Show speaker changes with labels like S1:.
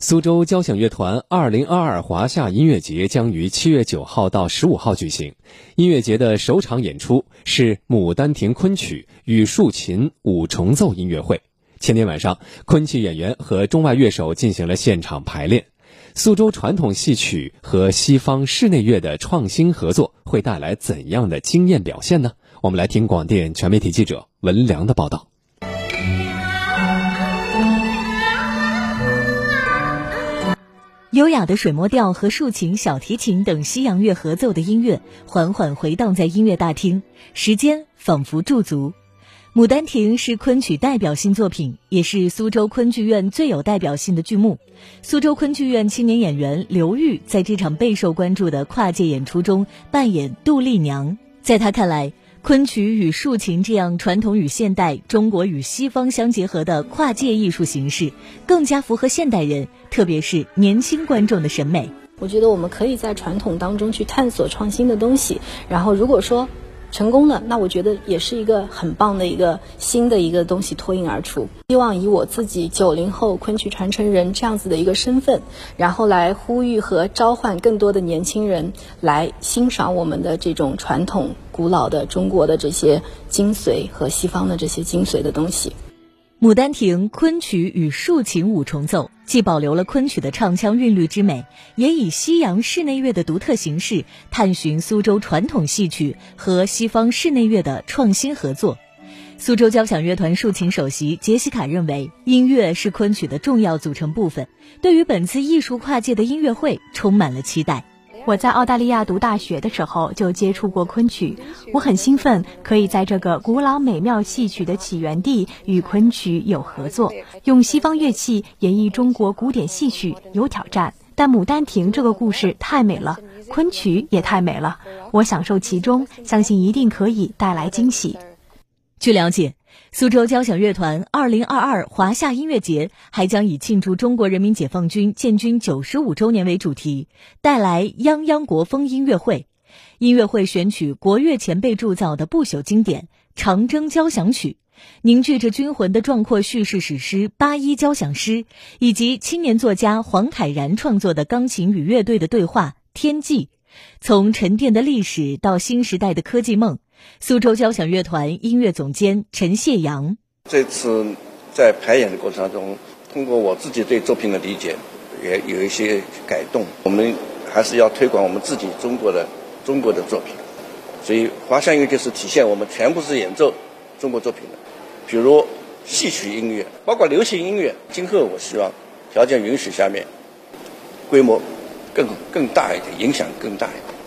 S1: 苏州交响乐团2022华夏音乐节将于7月9号到15号举行。音乐节的首场演出是《牡丹亭》昆曲与竖琴五重奏音乐会。前天晚上，昆曲演员和中外乐手进行了现场排练。苏州传统戏曲和西方室内乐的创新合作会带来怎样的惊艳表现呢？我们来听广电全媒体记者文良的报道。
S2: 优雅的水墨调和竖琴、小提琴等西洋乐合奏的音乐缓缓回荡在音乐大厅，时间仿佛驻足。《牡丹亭》是昆曲代表性作品，也是苏州昆剧院最有代表性的剧目。苏州昆剧院青年演员刘玉在这场备受关注的跨界演出中扮演杜丽娘。在他看来，昆曲与竖琴这样传统与现代、中国与西方相结合的跨界艺术形式，更加符合现代人，特别是年轻观众的审美。
S3: 我觉得我们可以在传统当中去探索创新的东西，然后如果说成功了，那我觉得也是一个很棒的一个新的一个东西脱颖而出。希望以我自己90后昆曲传承人这样子的一个身份，然后来呼吁和召唤更多的年轻人来欣赏我们的这种传统古老的中国的这些精髓和西方的这些精髓的东西。
S2: 牡丹亭昆曲与竖琴五重奏既保留了昆曲的唱腔韵律之美，也以西洋室内乐的独特形式探寻苏州传统戏曲和西方室内乐的创新合作。苏州交响乐团竖琴首席杰西卡认为，音乐是昆曲的重要组成部分，对于本次艺术跨界的音乐会充满了期待。
S4: 我在澳大利亚读大学的时候就接触过昆曲，我很兴奋可以在这个古老美妙戏曲的起源地与昆曲有合作，用西方乐器演绎中国古典戏曲有挑战。但《牡丹亭》这个故事太美了，昆曲也太美了，我享受其中，相信一定可以带来惊喜。
S2: 据了解，苏州交响乐团2022华夏音乐节还将以庆祝中国人民解放军建军95周年为主题，带来泱泱国风音乐会。音乐会选取国乐前辈铸造的不朽经典《长征交响曲》，凝聚着军魂的壮阔叙事史诗《八一交响诗》，以及青年作家黄凯然创作的钢琴与乐队的对话《天际》。从沉淀的历史到新时代的科技梦，苏州交响乐团音乐总监陈谢阳：
S5: 这次在排演的过程当中，通过我自己对作品的理解，也有一些改动。我们还是要推广我们自己中国的作品，所以华夏音乐就是体现我们全部是演奏中国作品的。比如戏曲音乐，包括流行音乐，今后我希望条件允许下面，规模更大一点，影响更大一点。